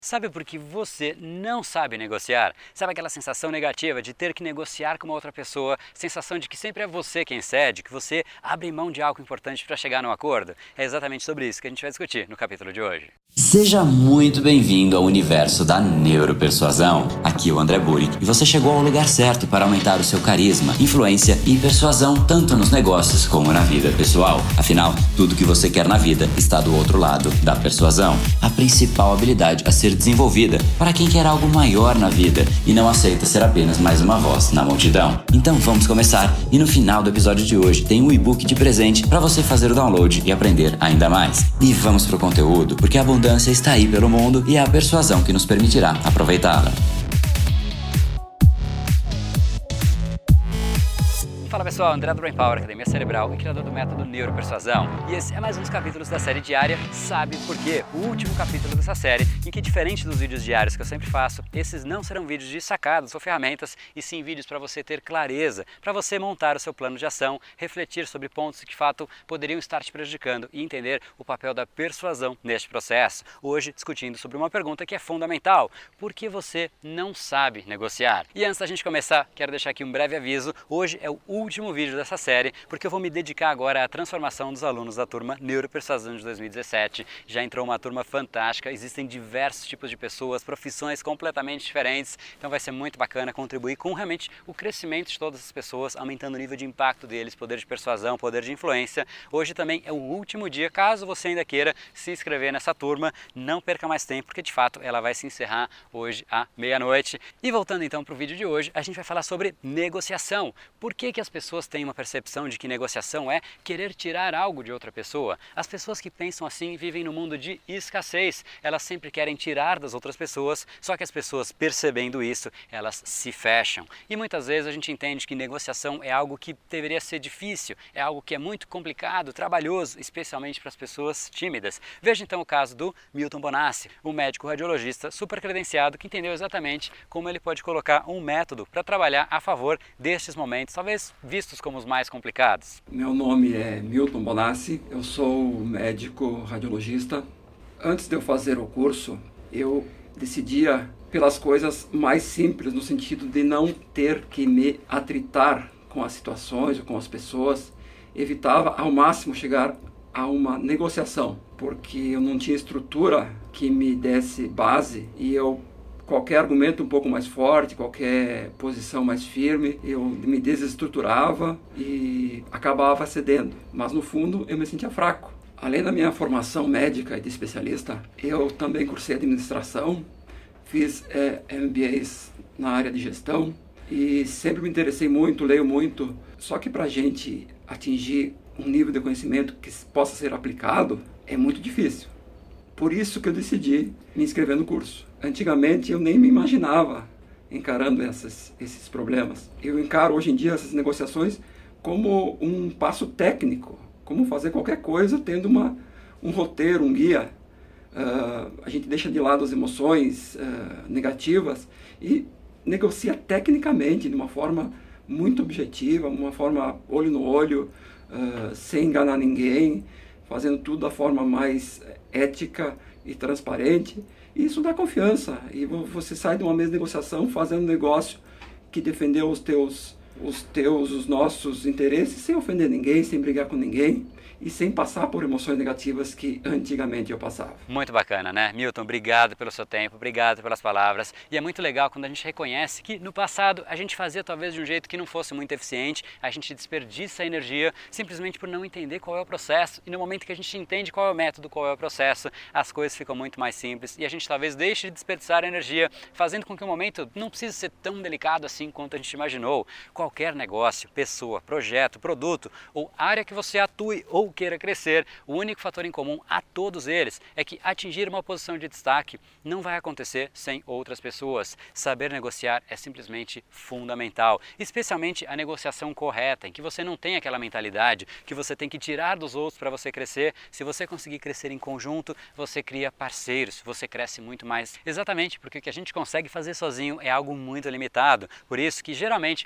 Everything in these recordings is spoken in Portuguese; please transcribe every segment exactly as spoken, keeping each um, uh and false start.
Sabe por que você não sabe negociar? Sabe aquela sensação negativa de ter que negociar com uma outra pessoa, sensação de que sempre é você quem cede, que você abre mão de algo importante para chegar num acordo? É exatamente sobre isso que a gente vai discutir no capítulo de hoje. Seja muito bem-vindo ao universo da neuropersuasão. Aqui é o André Burick e você chegou ao lugar certo para aumentar o seu carisma, influência e persuasão tanto nos negócios como na vida pessoal. Afinal, tudo que você quer na vida está do outro lado da persuasão, a principal habilidade a ser desenvolvida para quem quer algo maior na vida e não aceita ser apenas mais uma voz na multidão. Então vamos começar e no final do episódio de hoje tem um e-book de presente para você fazer o download e aprender ainda mais. E vamos pro conteúdo, porque a abundância está aí pelo mundo e é a persuasão que nos permitirá aproveitá-la. Fala pessoal, André do Brain Power, Academia Cerebral e criador do método Neuropersuasão. E esse é mais um dos capítulos da série diária Sabe Por Quê? O último capítulo dessa série, em que diferente dos vídeos diários que eu sempre faço, esses não serão vídeos de sacadas ou ferramentas, e sim vídeos para você ter clareza, para você montar o seu plano de ação, refletir sobre pontos que de fato poderiam estar te prejudicando e entender o papel da persuasão neste processo. Hoje discutindo sobre uma pergunta que é fundamental: por que você não sabe negociar? E antes da gente começar, quero deixar aqui um breve aviso. Hoje é o último vídeo dessa série, porque eu vou me dedicar agora à transformação dos alunos da turma Neuropersuasão de dois mil e dezessete. Já entrou uma turma fantástica, existem diversos tipos de pessoas, profissões completamente diferentes, então vai ser muito bacana contribuir com realmente o crescimento de todas as pessoas, aumentando o nível de impacto deles, poder de persuasão, poder de influência. Hoje também é o último dia, caso você ainda queira se inscrever nessa turma, não perca mais tempo, porque de fato ela vai se encerrar hoje à meia-noite. E voltando então para o vídeo de hoje, a gente vai falar sobre negociação. Por que que as pessoas têm uma percepção de que negociação é querer tirar algo de outra pessoa? As pessoas que pensam assim vivem no mundo de escassez. Elas sempre querem tirar das outras pessoas, só que as pessoas, percebendo isso, elas se fecham. E muitas vezes a gente entende que negociação é algo que deveria ser difícil, é algo que é muito complicado, trabalhoso, especialmente para as pessoas tímidas. Veja então o caso do Milton Bonassi, um médico radiologista super credenciado que entendeu exatamente como ele pode colocar um método para trabalhar a favor destes momentos, talvez vistos como os mais complicados. Meu nome é Milton Bonassi, eu sou médico radiologista. Antes de eu fazer o curso, eu decidia pelas coisas mais simples, no sentido de não ter que me atritar com as situações ou com as pessoas. Evitava ao máximo chegar a uma negociação, porque eu não tinha estrutura que me desse base e eu qualquer argumento um pouco mais forte, qualquer posição mais firme, eu me desestruturava e acabava cedendo. Mas no fundo eu me sentia fraco. Além da minha formação médica e de especialista, eu também cursei administração, fiz é, M B As na área de gestão e sempre me interessei muito, leio muito. Só que para a gente atingir um nível de conhecimento que possa ser aplicado é muito difícil. Por isso que eu decidi me inscrever no curso. Antigamente eu nem me imaginava encarando essas, esses problemas. Eu encaro hoje em dia essas negociações como um passo técnico, como fazer qualquer coisa tendo uma, um roteiro, um guia. Uh, a gente deixa de lado as emoções uh, negativas e negocia tecnicamente, de uma forma muito objetiva, uma forma olho no olho, uh, sem enganar ninguém, fazendo tudo da forma mais ética e transparente. E isso dá confiança, e você sai de uma mesa de negociação fazendo um negócio que defendeu os teus, os teus, os nossos interesses, sem ofender ninguém, sem brigar com ninguém e sem passar por emoções negativas que antigamente eu passava. Muito bacana, né? Milton, obrigado pelo seu tempo, obrigado pelas palavras. E é muito legal quando a gente reconhece que no passado a gente fazia talvez de um jeito que não fosse muito eficiente, a gente desperdiça a energia simplesmente por não entender qual é o processo. E no momento que a gente entende qual é o método, qual é o processo, as coisas ficam muito mais simples e a gente talvez deixe de desperdiçar a energia, fazendo com que o momento não precise ser tão delicado assim quanto a gente imaginou. Qualquer negócio, pessoa, projeto, produto ou área que você atue ou queira crescer, o único fator em comum a todos eles é que atingir uma posição de destaque não vai acontecer sem outras pessoas. Saber negociar é simplesmente fundamental, especialmente a negociação correta, em que você não tem aquela mentalidade que você tem que tirar dos outros para você crescer. Se você conseguir crescer em conjunto, você cria parceiros, você cresce muito mais. Exatamente porque o que a gente consegue fazer sozinho é algo muito limitado. Por isso que geralmente a barreira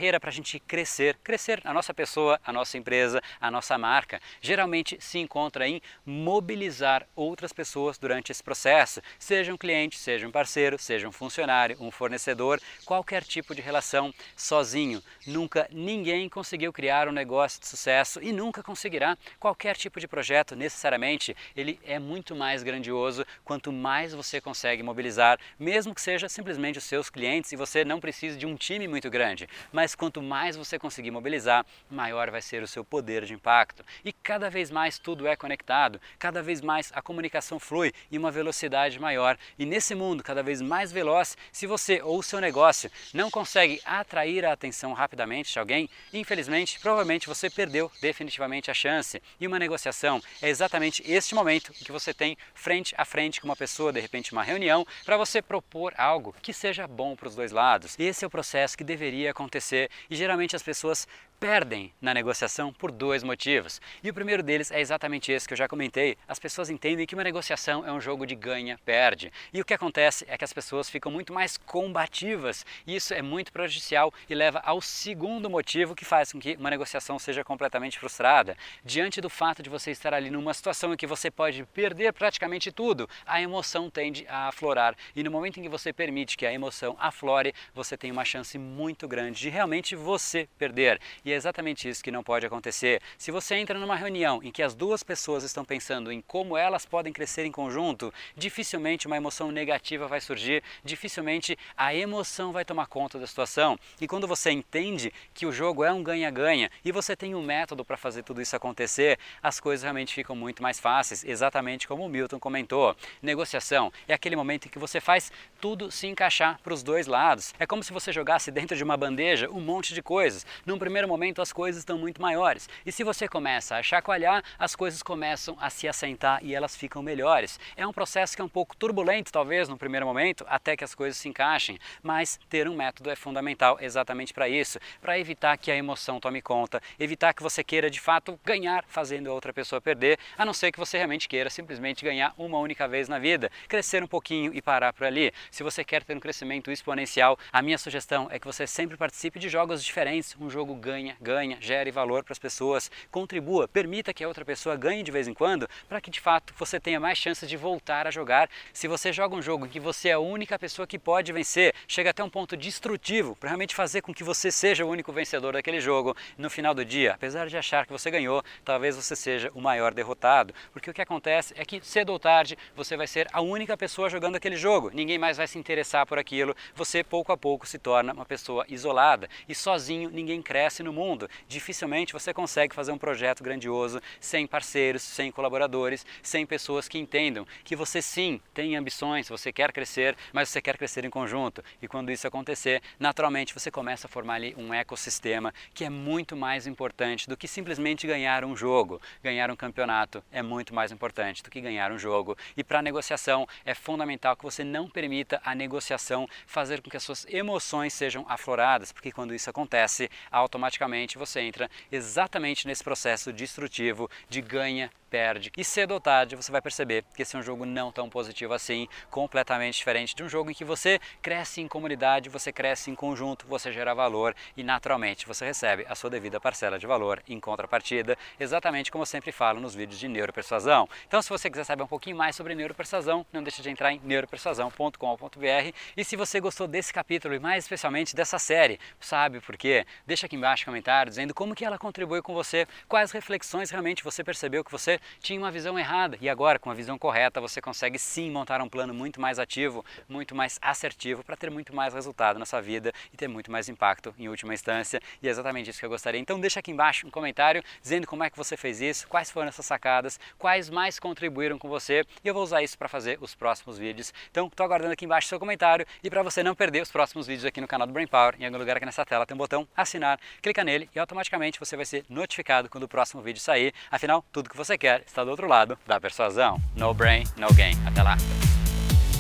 barreira para a gente crescer, crescer a nossa pessoa, a nossa empresa, a nossa marca, geralmente se encontra em mobilizar outras pessoas durante esse processo, seja um cliente, seja um parceiro, seja um funcionário, um fornecedor, qualquer tipo de relação. Sozinho, nunca ninguém conseguiu criar um negócio de sucesso e nunca conseguirá. Qualquer tipo de projeto, necessariamente, ele é muito mais grandioso quanto mais você consegue mobilizar, mesmo que seja simplesmente os seus clientes e você não precise de um time muito grande, mas quanto mais você conseguir mobilizar, maior vai ser o seu poder de impacto. E cada vez mais tudo é conectado, cada vez mais a comunicação flui em uma velocidade maior. E nesse mundo cada vez mais veloz, se você ou o seu negócio não consegue atrair a atenção rapidamente de alguém, infelizmente, provavelmente você perdeu definitivamente a chance. E uma negociação é exatamente este momento em que você tem frente a frente com uma pessoa, de repente uma reunião, para você propor algo que seja bom para os dois lados. Esse é o processo que deveria acontecer e geralmente as pessoas perdem na negociação por dois motivos. E o primeiro deles é exatamente esse que eu já comentei. As pessoas entendem que uma negociação é um jogo de ganha-perde. E o que acontece é que as pessoas ficam muito mais combativas. E isso é muito prejudicial e leva ao segundo motivo que faz com que uma negociação seja completamente frustrada. Diante do fato de você estar ali numa situação em que você pode perder praticamente tudo, a emoção tende a aflorar. E no momento em que você permite que a emoção aflore, você tem uma chance muito grande de realmente você perder. E é exatamente isso que não pode acontecer. Se você entra numa reunião em que as duas pessoas estão pensando em como elas podem crescer em conjunto, dificilmente uma emoção negativa vai surgir, dificilmente a emoção vai tomar conta da situação. E quando você entende que o jogo é um ganha-ganha e você tem um método para fazer tudo isso acontecer, as coisas realmente ficam muito mais fáceis, exatamente como o Milton comentou. Negociação é aquele momento em que você faz tudo se encaixar para os dois lados. É como se você jogasse dentro de uma bandeja um monte de coisas. Num primeiro momento as coisas estão muito maiores e se você começa a chacoalhar, as coisas começam a se assentar e elas ficam melhores. É um processo que é um pouco turbulento talvez no primeiro momento, até que as coisas se encaixem, mas ter um método é fundamental exatamente para isso, para evitar que a emoção tome conta, evitar que você queira de fato ganhar fazendo a outra pessoa perder, a não ser que você realmente queira simplesmente ganhar uma única vez na vida, crescer um pouquinho e parar por ali. Se você quer ter um crescimento exponencial, a minha sugestão é que você sempre participe de jogos diferentes, um jogo ganha ganha, gere valor para as pessoas, contribua, permita que a outra pessoa ganhe de vez em quando, para que de fato você tenha mais chances de voltar a jogar. Se você joga um jogo em que você é a única pessoa que pode vencer, chega até um ponto destrutivo para realmente fazer com que você seja o único vencedor daquele jogo. No final do dia, apesar de achar que você ganhou, talvez você seja o maior derrotado, porque o que acontece é que cedo ou tarde você vai ser a única pessoa jogando aquele jogo, ninguém mais vai se interessar por aquilo, você pouco a pouco se torna uma pessoa isolada e sozinho ninguém cresce no mundo. Dificilmente você consegue fazer um projeto grandioso sem parceiros, sem colaboradores, sem pessoas que entendam que você sim tem ambições, você quer crescer, mas você quer crescer em conjunto. E quando isso acontecer, naturalmente você começa a formar ali um ecossistema que é muito mais importante do que simplesmente ganhar um jogo. Ganhar um campeonato é muito mais importante do que ganhar um jogo. E para a negociação é fundamental que você não permita a negociação fazer com que as suas emoções sejam afloradas, porque quando isso acontece, automaticamente você entra exatamente nesse processo destrutivo de ganha, perde. E cedo ou tarde você vai perceber que esse é um jogo não tão positivo assim, completamente diferente de um jogo em que você cresce em comunidade, você cresce em conjunto, você gera valor e naturalmente você recebe a sua devida parcela de valor em contrapartida, exatamente como eu sempre falo nos vídeos de neuropersuasão. Então se você quiser saber um pouquinho mais sobre neuropersuasão, não deixe de entrar em neuropersuasão ponto com ponto br e se você gostou desse capítulo e mais especialmente dessa série, sabe por quê? Deixa aqui embaixo um comentário dizendo como que ela contribui com você, quais reflexões realmente você percebeu que você tinha uma visão errada e agora com a visão correta você consegue sim montar um plano muito mais ativo, muito mais assertivo para ter muito mais resultado na sua vida e ter muito mais impacto em última instância e é exatamente isso que eu gostaria. Então deixa aqui embaixo um comentário dizendo como é que você fez isso, quais foram essas sacadas, quais mais contribuíram com você e eu vou usar isso para fazer os próximos vídeos. Então estou aguardando aqui embaixo o seu comentário e para você não perder os próximos vídeos aqui no canal do Brain Power, em algum lugar aqui nessa tela tem um botão assinar, clica nele e automaticamente você vai ser notificado quando o próximo vídeo sair. Afinal, tudo que você quer está do outro lado da persuasão. No brain, no gain. Até lá!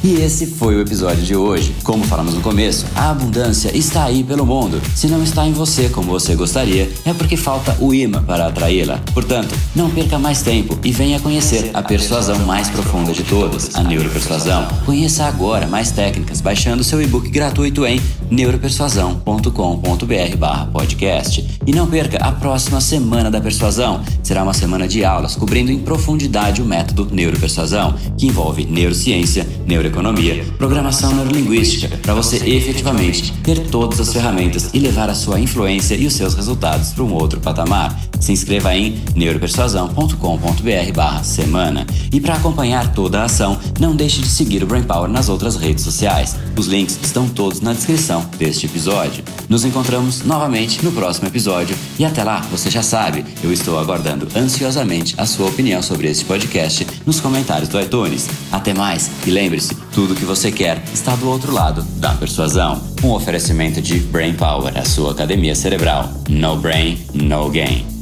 E esse foi o episódio de hoje. Como falamos no começo, a abundância está aí pelo mundo. Se não está em você como você gostaria, é porque falta o imã para atraí-la. Portanto, não perca mais tempo e venha conhecer a persuasão mais profunda de todas, a neuropersuasão. Conheça agora mais técnicas baixando seu e-book gratuito em neuropersuasão ponto com ponto br barra podcast. E não perca a próxima Semana da Persuasão. Será uma semana de aulas cobrindo em profundidade o método neuropersuasão, que envolve neurociência, neuroeconomia, programação neurolinguística, para você efetivamente ter todas as ferramentas e levar a sua influência e os seus resultados para um outro patamar. Se inscreva em neuropersuasão ponto com ponto br barra semana. E para acompanhar toda a ação, não deixe de seguir o Brain Power nas outras redes sociais. Os links estão todos na descrição deste episódio. Nos encontramos novamente no próximo episódio e até lá, você já sabe, eu estou aguardando ansiosamente a sua opinião sobre este podcast nos comentários do iTunes. Até mais e lembre-se, tudo que você quer está do outro lado da persuasão. Um oferecimento de Brain Power, a sua academia cerebral. No brain, no gain.